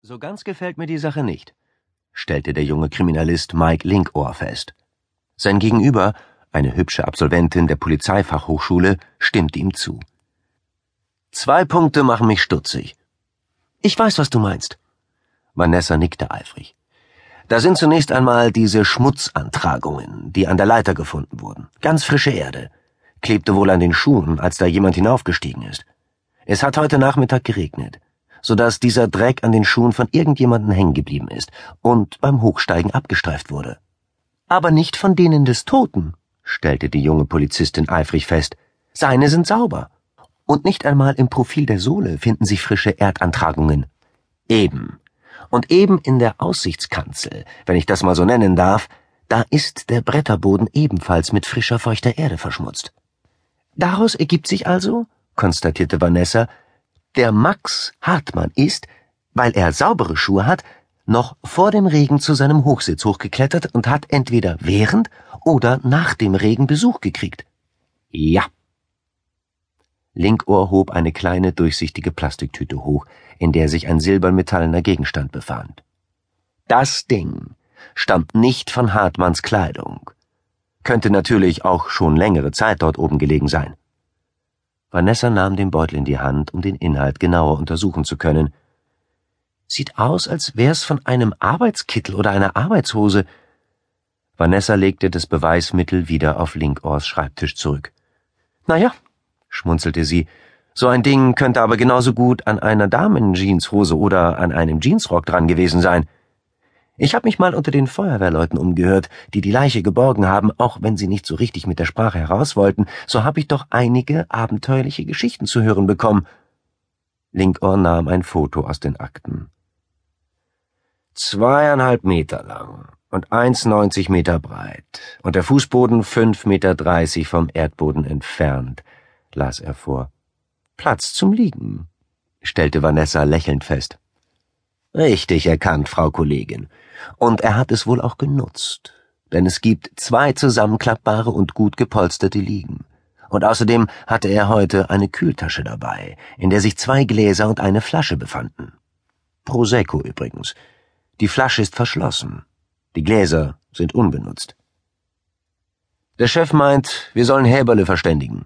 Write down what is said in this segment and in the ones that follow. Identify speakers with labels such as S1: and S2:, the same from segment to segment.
S1: So ganz gefällt mir die Sache nicht, stellte der junge Kriminalist Mike Linkohr fest. Sein Gegenüber, eine hübsche Absolventin der Polizeifachhochschule, stimmte ihm zu. 2 Punkte machen mich stutzig. Ich weiß, was du meinst. Vanessa nickte eifrig. Da sind zunächst einmal diese Schmutzantragungen, die an der Leiter gefunden wurden. Ganz frische Erde. Klebte wohl an den Schuhen, als da jemand hinaufgestiegen ist. Es hat heute Nachmittag geregnet, sodass dieser Dreck an den Schuhen von irgendjemandem hängen geblieben ist und beim Hochsteigen abgestreift wurde. Aber nicht von denen des Toten, stellte die junge Polizistin eifrig fest. Seine sind sauber. Und nicht einmal im Profil der Sohle finden sich frische Erdantragungen. Eben. Und eben in der Aussichtskanzel, wenn ich das mal so nennen darf, da ist der Bretterboden ebenfalls mit frischer, feuchter Erde verschmutzt. Daraus ergibt sich also, konstatierte Vanessa, der Max Hartmann ist, weil er saubere Schuhe hat, noch vor dem Regen zu seinem Hochsitz hochgeklettert und hat entweder während oder nach dem Regen Besuch gekriegt. Ja. Linkohr hob eine kleine, durchsichtige Plastiktüte hoch, in der sich ein silbermetallener Gegenstand befand. Das Ding stammt nicht von Hartmanns Kleidung. Könnte natürlich auch schon längere Zeit dort oben gelegen sein. Vanessa nahm den Beutel in die Hand, um den Inhalt genauer untersuchen zu können. Sieht aus, als wär's von einem Arbeitskittel oder einer Arbeitshose. Vanessa legte das Beweismittel wieder auf Linkohrs Schreibtisch zurück. Naja, schmunzelte sie, so ein Ding könnte aber genauso gut an einer Damenjeanshose oder an einem Jeansrock dran gewesen sein. Ich habe mich mal unter den Feuerwehrleuten umgehört, die die Leiche geborgen haben, auch wenn sie nicht so richtig mit der Sprache heraus wollten, so habe ich doch einige abenteuerliche Geschichten zu hören bekommen. Linkohr nahm ein Foto aus den Akten. 2,5 Meter lang und 1,90 Meter breit und der Fußboden 5,30 Meter vom Erdboden entfernt, las er vor. Platz zum Liegen, stellte Vanessa lächelnd fest. Richtig erkannt, Frau Kollegin. Und er hat es wohl auch genutzt, denn es gibt 2 zusammenklappbare und gut gepolsterte Liegen. Und außerdem hatte er heute eine Kühltasche dabei, in der sich 2 Gläser und eine Flasche befanden. Prosecco übrigens. Die Flasche ist verschlossen. Die Gläser sind unbenutzt. Der Chef meint, wir sollen Häberle verständigen.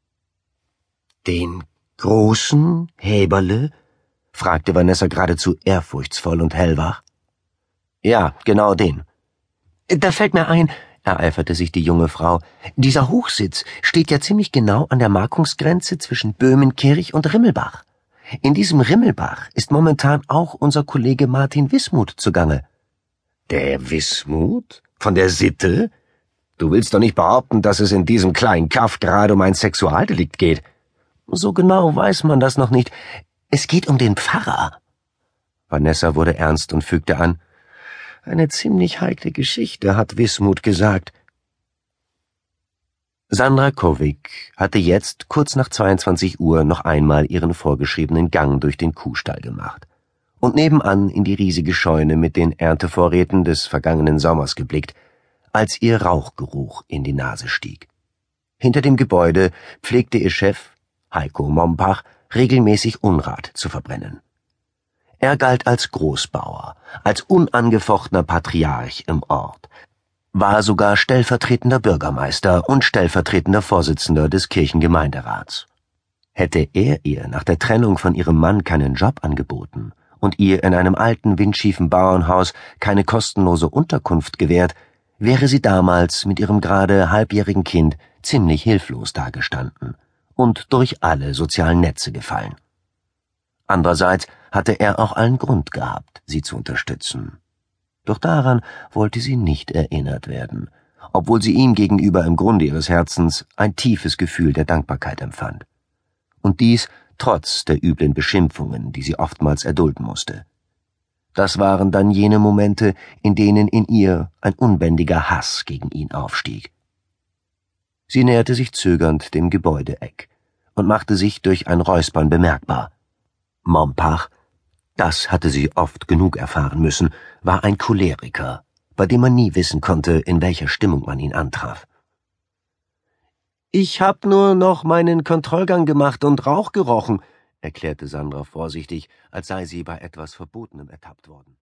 S1: Den großen Häberle? Fragte Vanessa geradezu ehrfurchtsvoll und hellwach. Ja, genau den. Da fällt mir ein, ereiferte sich die junge Frau, dieser Hochsitz steht ja ziemlich genau an der Markungsgrenze zwischen Böhmenkirch und Rimmelbach. In diesem Rimmelbach ist momentan auch unser Kollege Martin Wismut zugange. Der Wismut? Von der Sitte? Du willst doch nicht behaupten, dass es in diesem kleinen Kaff gerade um ein Sexualdelikt geht. So genau weiß man das noch nicht. Es geht um den Pfarrer. Vanessa wurde ernst und fügte an, eine ziemlich heikle Geschichte, hat Wismut gesagt. Sandra Kovic hatte jetzt kurz nach 22 Uhr noch einmal ihren vorgeschriebenen Gang durch den Kuhstall gemacht und nebenan in die riesige Scheune mit den Erntevorräten des vergangenen Sommers geblickt, als ihr Rauchgeruch in die Nase stieg. Hinter dem Gebäude pflegte ihr Chef, Heiko Mompach, regelmäßig Unrat zu verbrennen. Er galt als Großbauer, als unangefochtener Patriarch im Ort, war sogar stellvertretender Bürgermeister und stellvertretender Vorsitzender des Kirchengemeinderats. Hätte er ihr nach der Trennung von ihrem Mann keinen Job angeboten und ihr in einem alten, windschiefen Bauernhaus keine kostenlose Unterkunft gewährt, wäre sie damals mit ihrem gerade halbjährigen Kind ziemlich hilflos dagestanden und durch alle sozialen Netze gefallen. Andererseits hatte er auch allen Grund gehabt, sie zu unterstützen. Doch daran wollte sie nicht erinnert werden, obwohl sie ihm gegenüber im Grunde ihres Herzens ein tiefes Gefühl der Dankbarkeit empfand. Und dies trotz der üblen Beschimpfungen, die sie oftmals erdulden musste. Das waren dann jene Momente, in denen in ihr ein unbändiger Hass gegen ihn aufstieg. Sie näherte sich zögernd dem Gebäudeeck und machte sich durch ein Räuspern bemerkbar. Mompach, das hatte sie oft genug erfahren müssen, war ein Choleriker, bei dem man nie wissen konnte, in welcher Stimmung man ihn antraf. »Ich hab nur noch meinen Kontrollgang gemacht und Rauch gerochen«, erklärte Sandra vorsichtig, als sei sie bei etwas Verbotenem ertappt worden.